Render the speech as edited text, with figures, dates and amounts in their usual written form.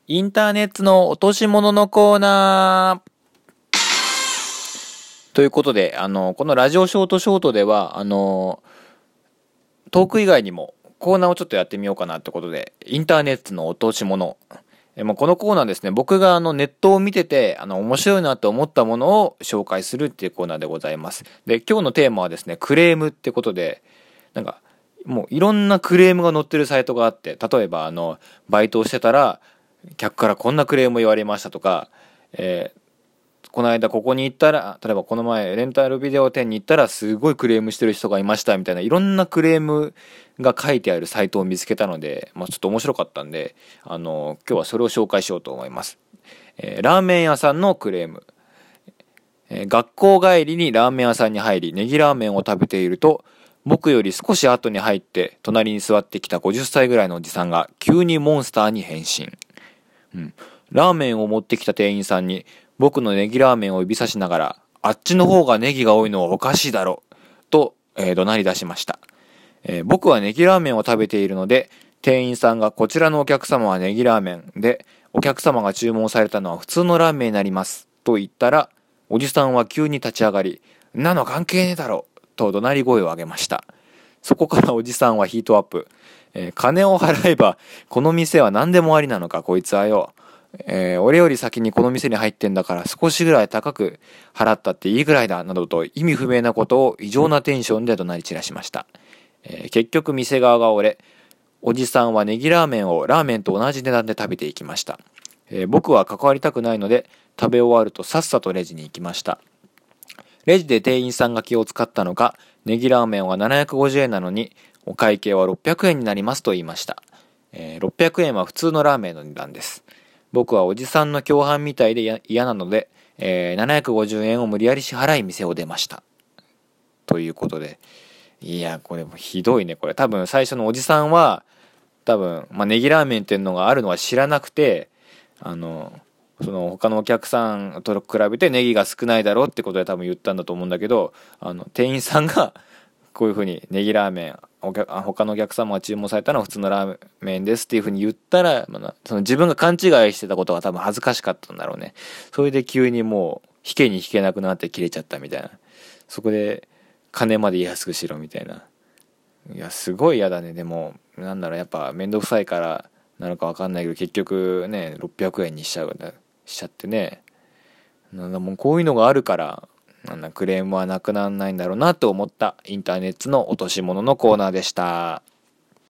インターネットの落とし物のコーナーということで、このラジオショートでは、トーク以外にもコーナーをちょっとやってみようかなってことで、インターネットの落とし物。このコーナーですね、僕がネットを見てて、面白いなと思ったものを紹介するっていうコーナーでございます。で、今日のテーマはですね、クレームってことで、もういろんなクレームが載ってるサイトがあって、例えばバイトをしてたら、客からこんなクレームを言われましたとか、この間ここに行ったら、例えばこの前レンタルビデオ店に行ったらすごいクレームしてる人がいましたみたいな、いろんなクレームが書いてあるサイトを見つけたので、ちょっと面白かったんで、今日はそれを紹介しようと思います。ラーメン屋さんのクレーム。学校帰りにラーメン屋さんに入り、ネギラーメンを食べていると、僕より少し後に入って隣に座ってきた50歳ぐらいのおじさんが急にモンスターに変身。ラーメンを持ってきた店員さんに僕のネギラーメンを指さしながら、あっちの方がネギが多いのはおかしいだろと、怒鳴り出しました。僕はネギラーメンを食べているので、店員さんがこちらのお客様はネギラーメンで、お客様が注文されたのは普通のラーメンになりますと言ったら、おじさんは急に立ち上がり、んなの関係ねえだろと怒鳴り声を上げました。そこからおじさんはヒートアップ。金を払えばこの店は何でもありなのかこいつはよ。俺より先にこの店に入ってんだから少しぐらい高く払ったっていいぐらいだなどと意味不明なことを異常なテンションで怒鳴り散らしました。結局店側が折れ、おじさんはネギラーメンをラーメンと同じ値段で食べていきました。僕は関わりたくないので食べ終わるとさっさとレジに行きました。レジで店員さんが気を使ったのか、ネギラーメンは750円なのにお会計は600円になりますと言いました。600円は普通のラーメンの値段です。僕はおじさんの共犯みたいで嫌なので、750円を無理やり支払い店を出ました。ということで、いやこれもひどいね。これ多分最初のおじさんはネギラーメンっていうのがあるのは知らなくて、その他のお客さんと比べてネギが少ないだろうってことで多分言ったんだと思うんだけど、店員さんがこういう風にネギラーメン他のお客様が注文されたのは普通のラーメンですっていう風に言ったら、その自分が勘違いしてたことが多分恥ずかしかったんだろうね。それで急にもう引けに引けなくなって切れちゃったみたいな。そこで金まで安くしろみたいな。いやすごい嫌だね。でもやっぱ面倒くさいからなのか分かんないけど、結局ね600円にしちゃってね。もうこういうのがあるからクレームはなくならないんだろうなと思ったインターネットの落とし物のコーナーでした。